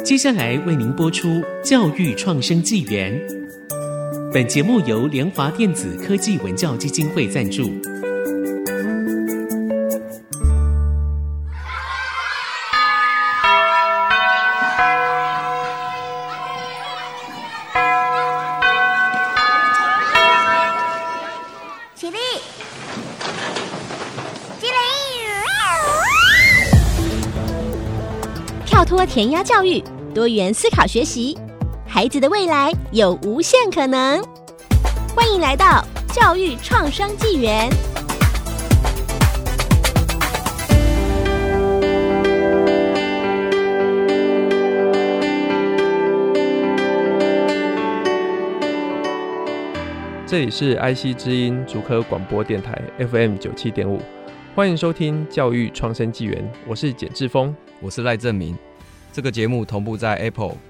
接下来为您播出教育创生纪元。本节目由联华电子科技文教基金会赞助。 起立！跳脱填鸭教育，多元思考学习，孩子的未来有无限可能。欢迎来到教育创生纪元。 这里是 IC 之音竹科广播电台 FM 97.5，欢迎收听教育创生纪元，我是简志峰， 我是赖正明。这个节目同步在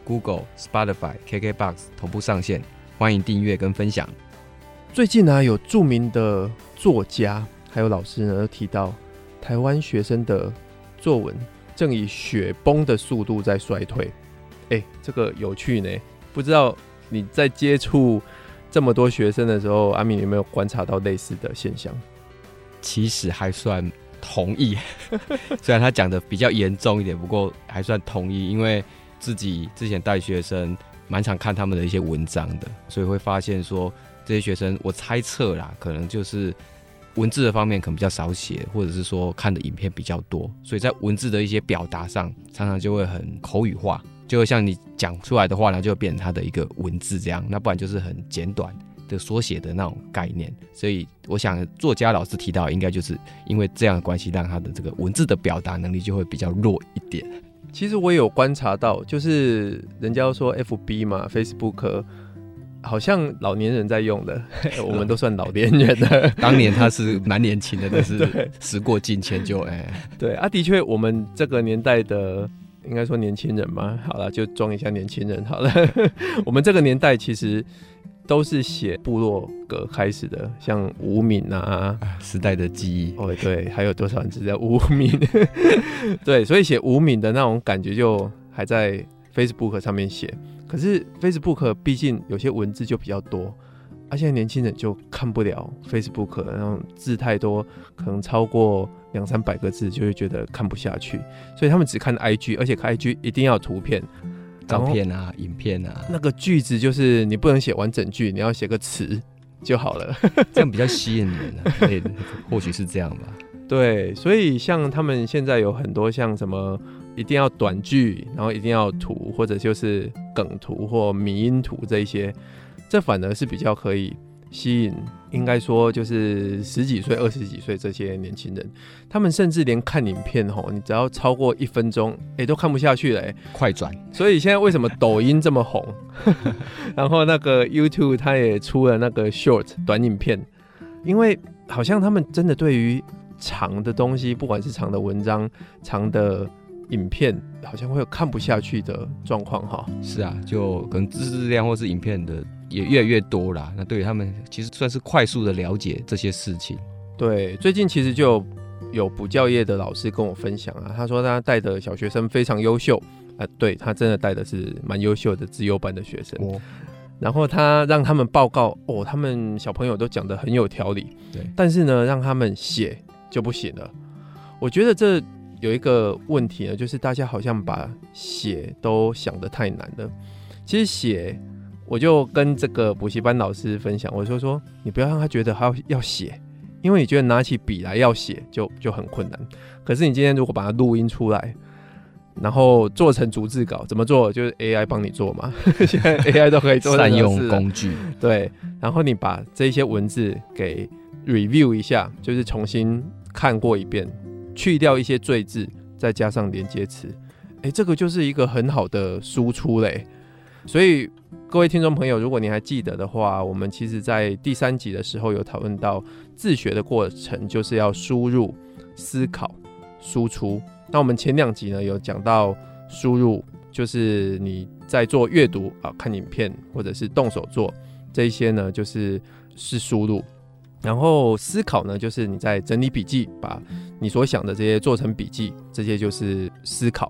Apple、Google、Spotify、KKBOX 同步上线，欢迎订阅跟分享。 最近呢，有著名的作家还有老师呢，都提到台湾学生的作文正以雪崩的速度在衰退。这个有趣呢，不知道你在接触这么多学生的时候，阿明有没有观察到类似的现象？ 其实还算同意，虽然他讲的比较严重一点，不过还算同意，因为自己之前带学生蛮常看他们的一些文章的，所以会发现说这些学生，我猜测啦，可能就是文字的方面可能比较少写，或者是说看的影片比较多，所以在文字的一些表达上，常常就会很口语化，就会像你讲出来的话呢，就会变成他的一个文字这样，那不然就是很简短的缩写的那种概念。所以我想作家老师提到，应该就是因为这样的关系，让他的这个文字的表达能力就会比较弱一点。 其实我也有观察到，就是人家说 FB 嘛 Facebook 好像老年人在用的我们都算老年人了当年他是蛮年轻的，但是时过境迁就对啊，的确我们这个年代的应该说年轻人嘛，好了，就装一下年轻人好了我们这个年代其实都是写部落格开始的，像无名啊， 时代的记忆对，还有多少人知道无名对，所以写无名的那种感觉就还在 Facebook 上面写，可是 Facebook 毕竟有些文字就比较多，现在年轻人就看不了 Facebook 的那种字太多，可能超过200-300个字就会觉得看不下去，所以他们只看 IG， 而且看 IG 一定要图片照片啊影片啊， 那个句子就是你不能写完整句，你要写个词就好了这样比较吸引人或许是这样吧。 对，所以像他们现在有很多像什么一定要短句，然后一定要图，或者就是梗图或迷因图，这一些这反而是比较可以吸引，应该说就是10几岁20几岁这些年轻人，他们甚至连看影片你只要超过1分钟都看不下去了快转。 所以现在为什么抖音这么红然后那个 YouTube 它也出了那个 short 短影片，因为好像他们真的对于长的东西，不管是长的文章长的影片，好像会有看不下去的状况是啊，就可能知识量或是影片的也越来越多啦，那对于他们其实算是快速的了解这些事情。对， 最近其实就有补教业的老师跟我分享他说他带的小学生非常优秀对，他真的带的是蛮优秀的资优班的学生然后他让他们报告他们小朋友都讲得很有条理， 对， 但是呢让他们写就不行了。我觉得这有一个问题呢，就是大家好像把写都想得太难了。其实写，我就跟这个补习班老师分享，我说你不要让他觉得他要写，因为你觉得拿起笔来要写就很困难。可是你今天如果把它录音出来，然后做成逐字稿，怎么做？就是 AI 帮你做嘛现在 AI 都可以做善用工具。 对，然后你把这些文字给 review 一下，就是重新看过一遍，去掉一些赘字，再加上连接词，这个就是一个很好的输出嘞。所以各位听众朋友，如果你还记得的话，我们其实在第3集的时候有讨论到自学的过程就是要输入、思考、输出。那我们前2集呢有讲到输入，就是你在做阅读看影片或者是动手做，这一些呢就是输入。然后思考呢，就是你在整理笔记，把你所想的这些做成笔记，这些就是思考。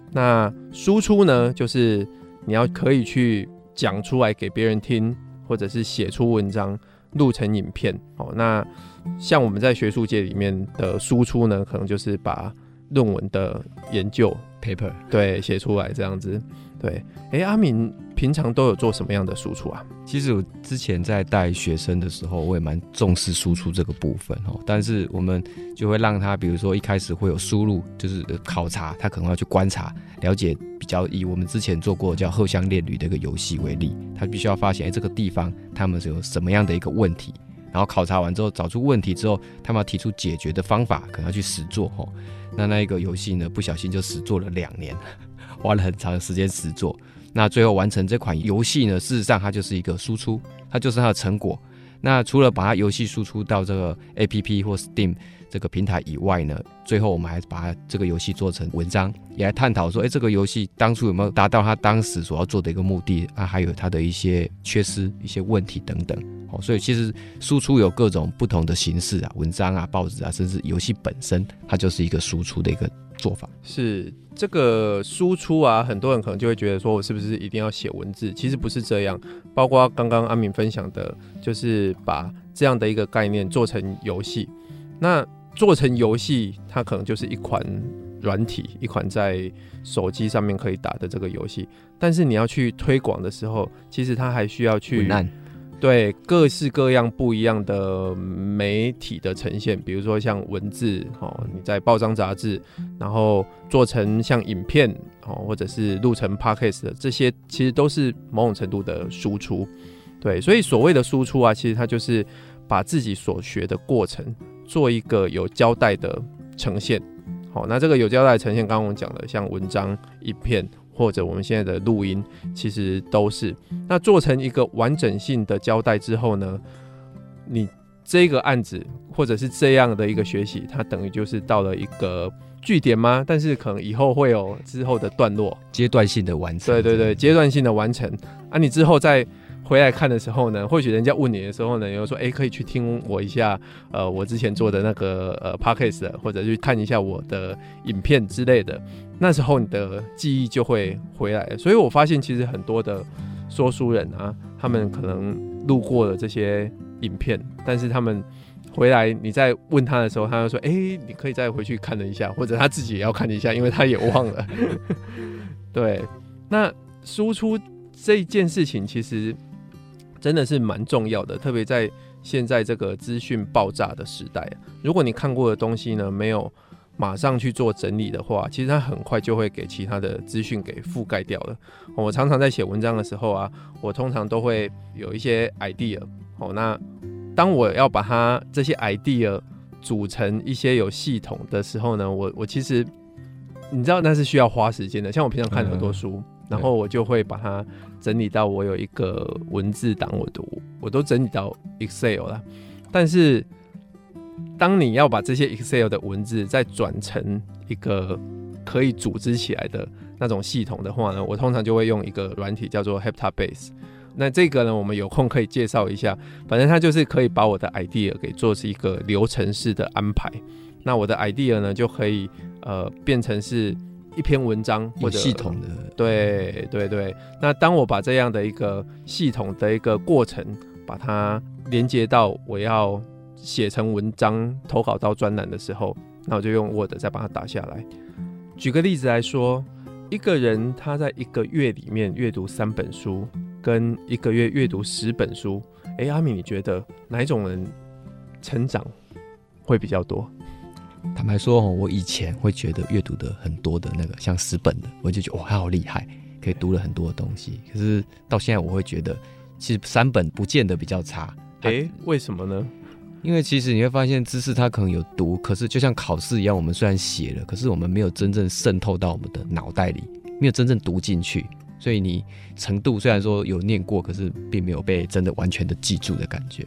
那输出呢，就是你要可以去讲出来给别人听，或者是写出文章录成影片。那像我们在学术界里面的输出呢，可能就是把论文的研究 paper 对写出来这样子。对，阿敏平常都有做什么样的输出啊？ 其实我之前在带学生的时候，我也蛮重视输出这个部分但是我们就会让他，比如说一开始会有输入，就是考察，他可能要去观察了解，比较以我们之前做过叫荷香恋旅的一个游戏为例，他必须要发现这个地方他们有什么样的一个问题，然后考察完之后找出问题之后，他们要提出解决的方法，可能要去实作那一个游戏呢，不小心就实作了2年，花了很长的时间实作。那最后完成这款游戏呢，事实上它就是一个输出，它就是它的成果。那除了把它游戏输出到这个 APP 或 Steam 这个平台以外呢，最后我们还把这个游戏做成文章，也来探讨说，这个游戏当初有没有达到它当时所要做的一个目的啊，还有它的一些缺失、一些问题等等。所以其实输出有各种不同的形式啊，文章啊、报纸啊，甚至游戏本身，它就是一个输出的一个做法。 是这个输出啊，很多人可能就会觉得说，我是不是一定要写文字？其实不是这样。包括刚刚阿敏分享的，就是把这样的一个概念做成游戏。那做成游戏，它可能就是一款软体，一款在手机上面可以打的这个游戏。但是你要去推广的时候，其实它还需要去文案。 对各式各样不一样的媒体的呈现，比如说像文字你在报章杂志，然后做成像影片或者是录成 podcast 的，这些其实都是某种程度的输出。对，所以所谓的输出啊，其实它就是把自己所学的过程做一个有交代的呈现。那这个有交代的呈现，刚刚我们讲的像文章、影片或者我们现在的录音，其实都是。那做成一个完整性的交代之后呢，你这个案子或者是这样的一个学习，它等于就是到了一个据点吗？但是可能以后会有之后的段落， 阶段性的完成。 对对对，阶段性的完成啊，你之后再回来看的时候呢，或许人家问你的时候呢，你就说可以去听我一下我之前做的那个podcast 或者去看一下我的影片之类的，那时候你的记忆就会回来了。所以我发现其实很多的说书人啊，他们可能录过了这些影片，但是他们回来你再问他的时候，他就说你可以再回去看了一下，或者他自己也要看一下，因为他也忘了对，那输出这一件事情其实真的是蛮重要的，特别在现在这个资讯爆炸的时代，如果你看过的东西呢没有马上去做整理的话，其实它很快就会给其他的资讯给覆盖掉了。我常常在写文章的时候啊，我通常都会有一些 idea，那当我要把它这些 idea 组成一些有系统的时候呢，我其实你知道那是需要花时间的。像我平常看很多书，然后我就会把它整理到我有一个文字档，我都整理到 Excel 了。但是当你要把这些 Excel 的文字再转成一个可以组织起来的那种系统的话呢，我通常就会用一个软体叫做 Heptabase。那这个呢，我们有空可以介绍一下。反正它就是可以把我的 idea 给做是一个流程式的安排。那我的 idea 呢，就可以变成是一篇文章或者有系统的。 对对对。那当我把这样的一个系统的一个过程，把它连接到我要写成文章投稿到专栏的时候，那我就用 Word 再把它打下来。举个例子来说，一个人他在一个月里面阅读3本书，跟一个月阅读10本书，阿敏，你觉得哪一种人成长会比较多？ 坦白说，我以前会觉得阅读的很多的那个像10本的，我就觉得他好厉害，可以读了很多的东西。可是到现在我会觉得，其实3本不见得比较差。 为什么呢？ 因为其实你会发现知识它可能有读，可是就像考试一样，我们虽然写了，可是我们没有真正渗透到我们的脑袋里，没有真正读进去，所以你程度虽然说有念过，可是并没有被真的完全的记住的感觉。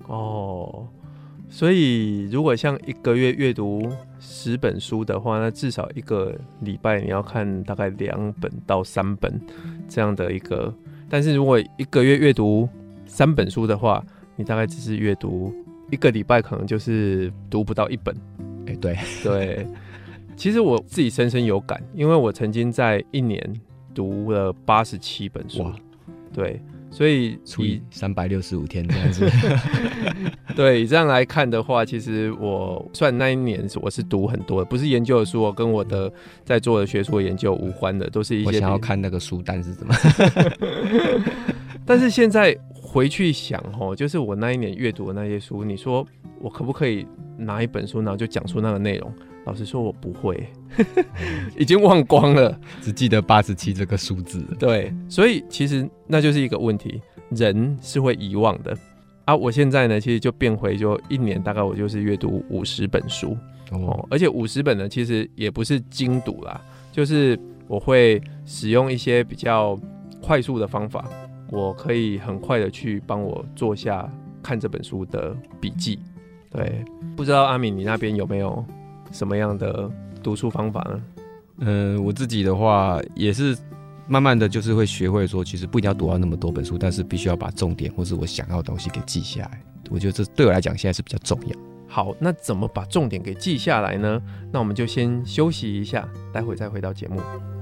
所以如果像一个月阅读10本书的话，那至少一个礼拜你要看大概2本到3本这样的一个。但是如果一个月阅读3本书的话，你大概只是阅读一个礼拜，可能就是读不到1本。 对对其实我自己深深有感，因为我曾经在1年读了87本书，对，所以除以365天这样子。 对，以这样来看的话，其实我算那一年我是读很多的，不是研究的书跟我的在做的学术研究无关的，都是一些。 我想要看那个书单是怎么。 但是现在回去想就是我那一年阅读的那些书，你说我可不可以拿一本书然后就讲出那个内容？老实说我不会。已经忘光了， 只记得87这个数字。 对，所以其实那就是一个问题，人是会遗忘的啊。我现在呢其实就变回就1年大概我就是阅读50本书而且50本呢其实也不是精读啦，就是我会使用一些比较快速的方法，我可以很快的去帮我做下看这本书的笔记。对，不知道阿敏你那边有没有什么样的读书方法呢？ 我自己的话也是慢慢的就是会学会说，其实不一定要读到那么多本书，但是必须要把重点或是我想要的东西给记下来。我觉得这对我来讲现在是比较重要。 好，那怎么把重点给记下来呢？那我们就先休息一下，待会再回到节目。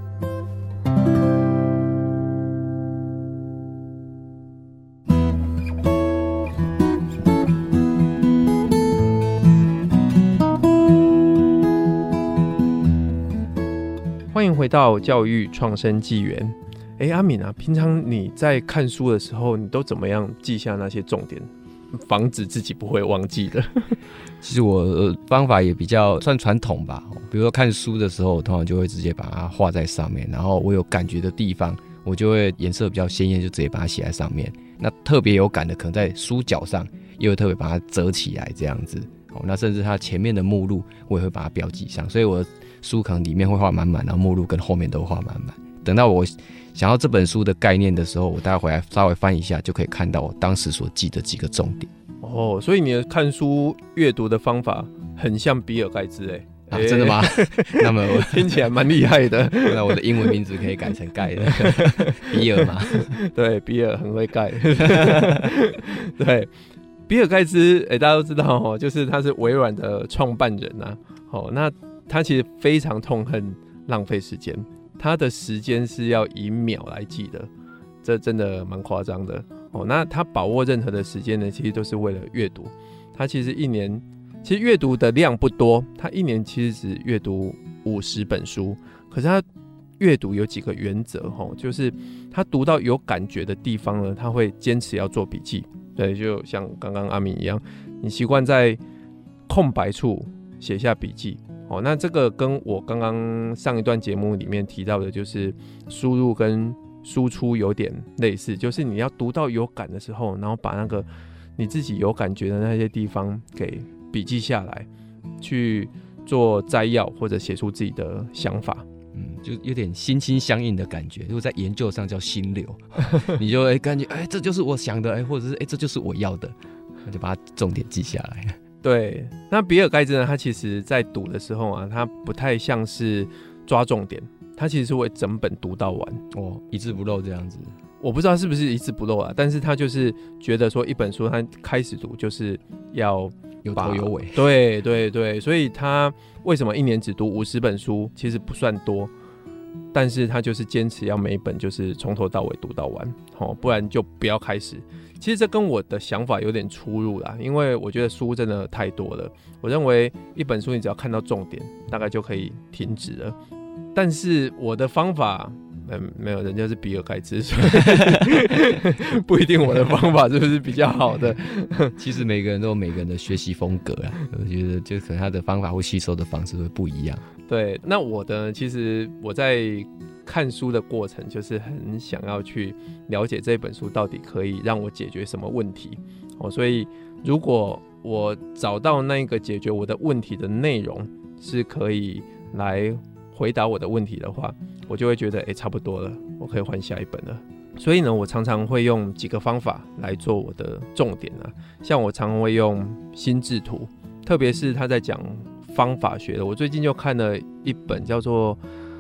欢迎回到教育创生纪元。阿敏啊，平常你在看书的时候，你都怎么样记下那些重点，防止自己不会忘记的？ 其实我方法也比较算传统吧，比如说看书的时候，我通常就会直接把它画在上面，然后我有感觉的地方，我就会颜色比较鲜艳，就直接把它写在上面。那特别有感的，可能在书角上，也会特别把它折起来这样子。那甚至它前面的目录，我也会把它标记上，所以我书可能里面会画满满，然后目录跟后面都画满满。等到我想要这本书的概念的时候，我大概回来稍微翻一下，就可以看到我当时所记的几个重点。 所以你的看书阅读的方法很像比尔盖茨真的吗？那么我听起来蛮厉害的。 那我的英文名字可以改成盖的比尔吗？对， 比尔很会盖。对，比尔盖茨大家都知道就是他是微软的创办人啊。那他其实非常痛恨浪费时间，他的时间是要以秒来计的，这真的蛮夸张的。那他把握任何的时间呢，其实都是为了阅读。他其实1年其实阅读的量不多，他1年其实只阅读50本书，可是他阅读有几个原则，就是他读到有感觉的地方呢，他会坚持要做笔记。对，就像刚刚阿敏一样，你习惯在空白处写下笔记。那这个跟我刚刚上一段节目里面提到的，就是输入跟输出有点类似，就是你要读到有感的时候，然后把那个你自己有感觉的那些地方给笔记下来，去做摘要或者写出自己的想法。 就有点心心相印的感觉，如果在研究上叫心流。你就会感觉这就是我想的，或者是这就是我要的，那就把它重点记下来。 对，那比尔盖茨呢，他其实在读的时候啊，他不太像是抓重点，他其实是会整本读到完， 一字不漏这样子。 我不知道是不是一字不漏啊，但是他就是觉得说一本书他开始读就是要有头有尾。 对对对，所以他为什么1年只读50本书，其实不算多，但是他就是坚持要每一本就是从头到尾读到完，不然就不要开始。其实这跟我的想法有点出入啦，因为我觉得书真的太多了，我认为一本书你只要看到重点，大概就可以停止了。但是我的方法，没有，人家是比尔盖茨，所以不一定我的方法是不是比较好的。 其实每个人都有每个人的学习风格啦，我觉得就可能他的方法或吸收的方式会不一样。 对，那我的其实我在看书的过程，就是很想要去了解这本书到底可以让我解决什么问题。所以如果我找到那个解决我的问题的内容是可以来回答我的问题的话，我就会觉得差不多了，我可以换下一本了。所以呢，我常常会用几个方法来做我的重点啊，像我常常会用心智图，特别是他在讲方法学的。我最近就看了一本叫做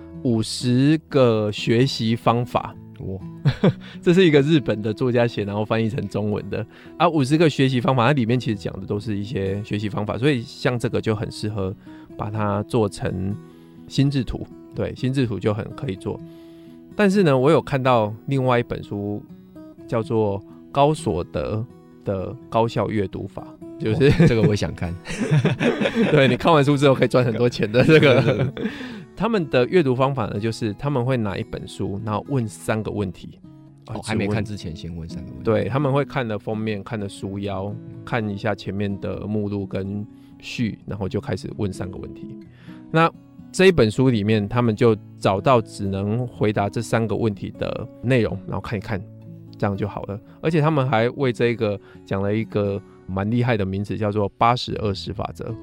50个学习方法，这是一个日本的作家写，然后翻译成中文的啊。50个学习方法，它里面其实讲的都是一些学习方法，所以像这个就很适合把它做成心智图，对，心智图就很可以做。但是呢，我有看到另外一本书叫做高所得的高效阅读法，就是这个我也想看。 对，你看完书之后可以赚很多钱的这个。他们的阅读方法呢，就是他们会拿一本书，然后问3个问题。 还没看之前先问3个问题。 对，他们会看了封面，看了书腰，看一下前面的目录跟序，然后就开始问3个问题。那这一本书里面，他们就找到只能回答这3个问题的内容，然后看一看，这样就好了。而且他们还为这个讲了一个蛮厉害的名词，叫做80-20法则。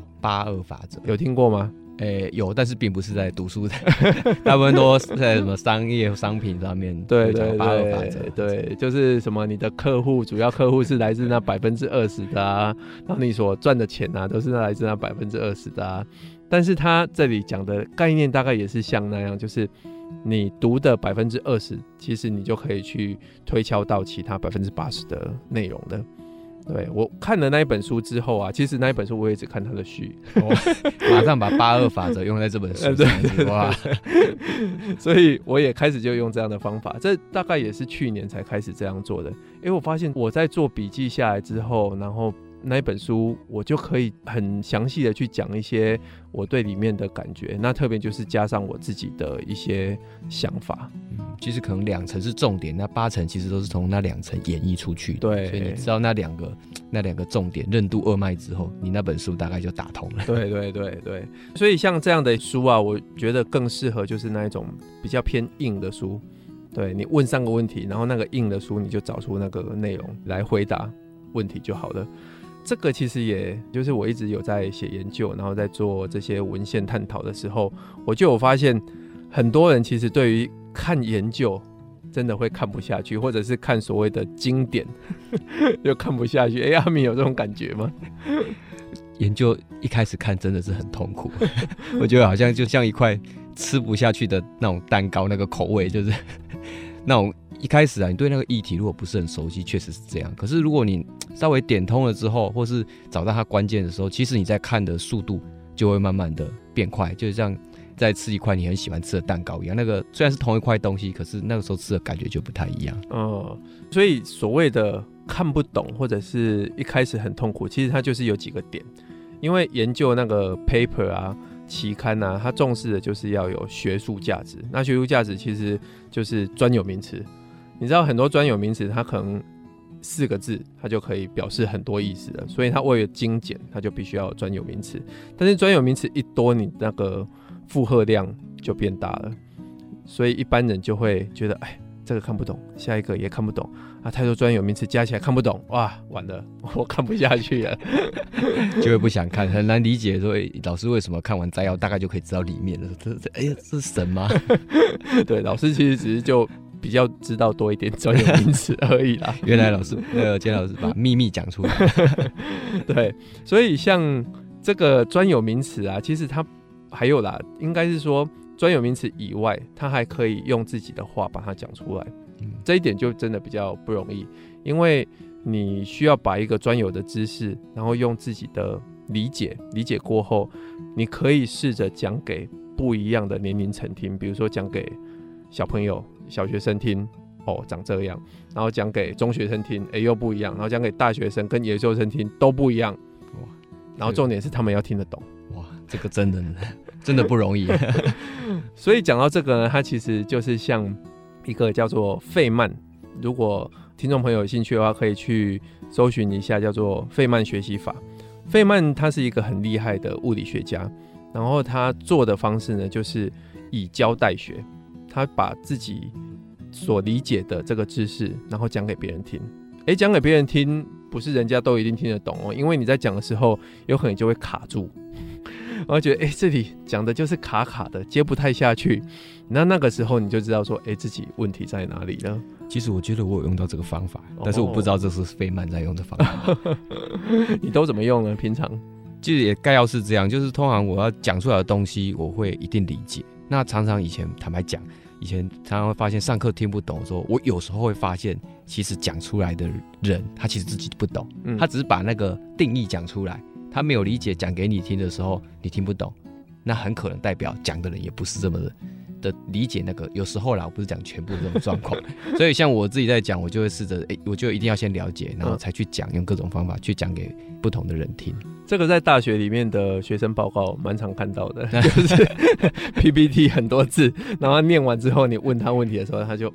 82法则有听过吗？ 有，但是并不是在读书的，大部分都在什么商业商品上面。 对对 82法则， 对，就是什么你的主要客户是来自那20%的啊，然后你所赚的钱啊，都是来自那20%的啊。但是他这里讲的概念大概也是像那样，就是你读的20%，其实你就可以去推敲到其他80%的内容的。对，我看了那一本书之后啊，其实那一本书我也只看它的序， 马上把82法则用在这本书上。哇！ 所以我也开始就用这样的方法，这大概也是去年才开始这样做的。因为我发现我在做笔记下来之后，然后那一本书我就可以很详细的去讲一些我对里面的感觉，那特别就是加上我自己的一些想法。 其实可能2层是重点，那8层其实都是从那2层演绎出去的。 对， 所以你知道那两个重点任督二脉之后，你那本书大概就打通了。 对对对对，所以像这样的书啊，我觉得更适合就是那一种比较偏硬的书。对，你问3个问题，然后那个硬的书你就找出那个内容来回答问题就好了。这个其实也就是我一直有在写研究，然后在做这些文献探讨的时候，我就有发现很多人其实对于看研究真的会看不下去，或者是看所谓的经典就看不下去。阿明有这种感觉吗？ 研究一开始看真的是很痛苦，我觉得好像就像一块吃不下去的那种蛋糕，那个口味就是那种一开始啊，你对那个议题如果不是很熟悉，确实是这样。可是如果你稍微点通了之后，或是找到它关键的时候，其实你在看的速度就会慢慢的变快，就像在吃一块你很喜欢吃的蛋糕一样。那个虽然是同一块东西，可是那个时候吃的感觉就不太一样。 所以所谓的看不懂或者是一开始很痛苦，其实它就是有几个点。因为研究那个 paper 啊、期刊啊，它重视的就是要有学术价值。那学术价值其实就是专有名词。你知道很多专有名词，它可能4个字，它就可以表示很多意思了。所以它为了精简，它就必须要有专有名词。但是专有名词一多，你那个负荷量就变大了。所以一般人就会觉得，这个看不懂，下一个也看不懂啊，太多专有名词加起来看不懂，哇，完了，我看不下去了， 就会不想看，很难理解说老师为什么看完摘要大概就可以知道里面了。这是神吗？ 对，老师其实只是就比较知道多一点专有名词而已啦。 原来监老师把秘密讲出来。 对，所以像这个专有名词啊，其实它还有啦，应该是说专有名词以外，它还可以用自己的话把它讲出来。这一点就真的比较不容易，因为你需要把一个专有的知识，然后用自己的理解过后，你可以试着讲给不一样的年龄层听，比如说讲给小朋友、小学生听，长这样，然后讲给中学生听，又不一样，然后讲给大学生跟研究生听都不一样，然后重点是他们要听得懂。 哇，这个真的不容易。 所以讲到这个呢，它其实就是像一个叫做费曼，如果听众朋友有兴趣的话，可以去搜寻一下，叫做费曼学习法。费曼他是一个很厉害的物理学家，然后他做的方式呢，就是以教代学，他把自己所理解的这个知识，然后讲给别人听。讲给别人听，不是人家都一定听得懂哦，因为你在讲的时候，有可能就会卡住。然后觉得这里讲的就是卡卡的，接不太下去。那个时候你就知道说，自己问题在哪里了。 其实我觉得我有用到这个方法，但是我不知道这是费曼在用的方法。 你都怎么用呢？平常其实也概要是这样，就是通常我要讲出来的东西，我会一定理解。那常常以前坦白讲，以前常常会发现上课听不懂的时候，我有时候会发现，其实讲出来的人他其实自己不懂，他只是把那个定义讲出来。他没有理解，讲给你听的时候你听不懂， 那很可能代表讲的人也不是这么的理解那个，有时候啦，我不是讲全部的这种状况，所以像我自己在讲，我就会试着，我就一定要先了解，然后才去讲，用各种方法去讲给不同的人听。 这个在大学里面的学生报告蛮常看到的，就是 PPT 很多字，然后念完之后，你问他问题的时候，他就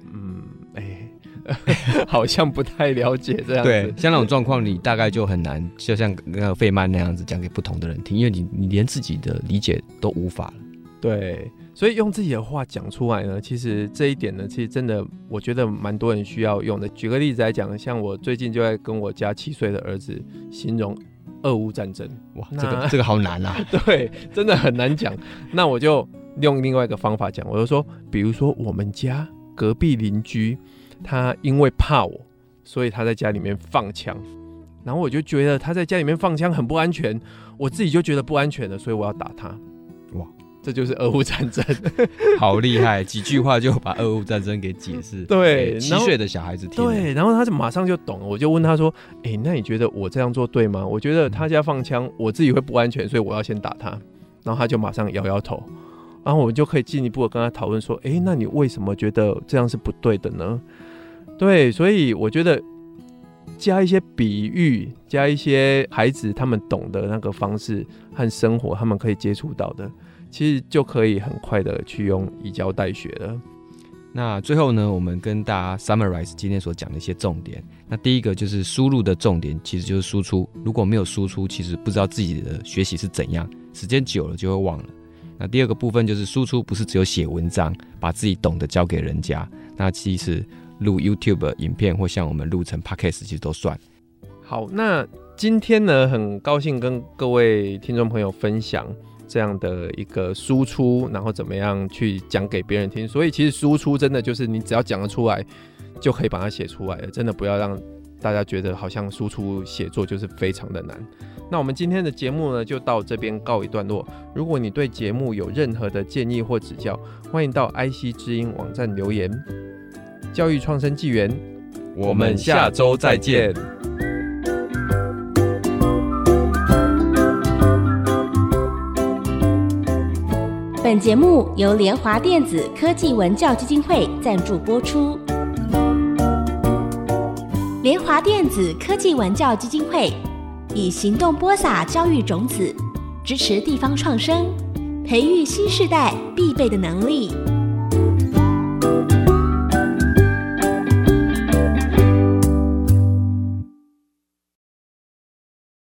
好像不太了解这样子。 对，像那种状况，你大概就很难，就像那个费曼那样子讲给不同的人听，因为你连自己的理解都无法了。 对，所以用自己的话讲出来呢，其实这一点呢，其实真的我觉得蛮多人需要用的。举个例子来讲，像我最近就在跟我家7岁的儿子形容俄乌战争。 哇，这个好难啊！ 对，真的很难讲。那我就用另外一个方法讲，我就说，比如说我们家隔壁邻居，他因为怕我，所以他在家里面放枪，然后我就觉得他在家里面放枪很不安全，我自己就觉得不安全了，所以我要打他。哇，这就是俄乌战争。 好厉害，几句话就把俄乌战争给解释。 对 ，7岁的小孩子听。 对，然后他就马上就懂了。我就问他说：“那你觉得我这样做对吗？我觉得他家放枪，我自己会不安全，所以我要先打他。”然后他就马上摇摇头。然后我们就可以进一步的跟他讨论说：“那你为什么觉得这样是不对的呢？”对，所以我觉得加一些比喻，加一些孩子他们懂的那个方式和生活，他们可以接触到的。其实就可以很快的去用以教代学了。 那最后呢，我们跟大家 summarize 今天所讲的一些重点。那第一个就是输入的重点其实就是输出，如果没有输出，其实不知道自己的学习是怎样，时间久了就会忘了。那第二个部分就是输出不是只有写文章，把自己懂得交给人家，那其实录 YouTube 影片或像我们录成 Podcast 其实都算。 好，那今天呢，很高兴跟各位听众朋友分享这样的一个输出，然后怎么样去讲给别人听。所以其实输出真的就是你只要讲得出来，就可以把它写出来了。真的不要让大家觉得好像输出写作就是非常的难。那我们今天的节目呢，就到这边告一段落。如果你对节目有任何的建议或指教，欢迎到 IC 之音网站留言。教育创生纪元， 我们下周再见。 本节目由联华电子科技文教基金会赞助播出。联华电子科技文教基金会以行动播撒教育种子，支持地方创生，培育新世代必备的能力。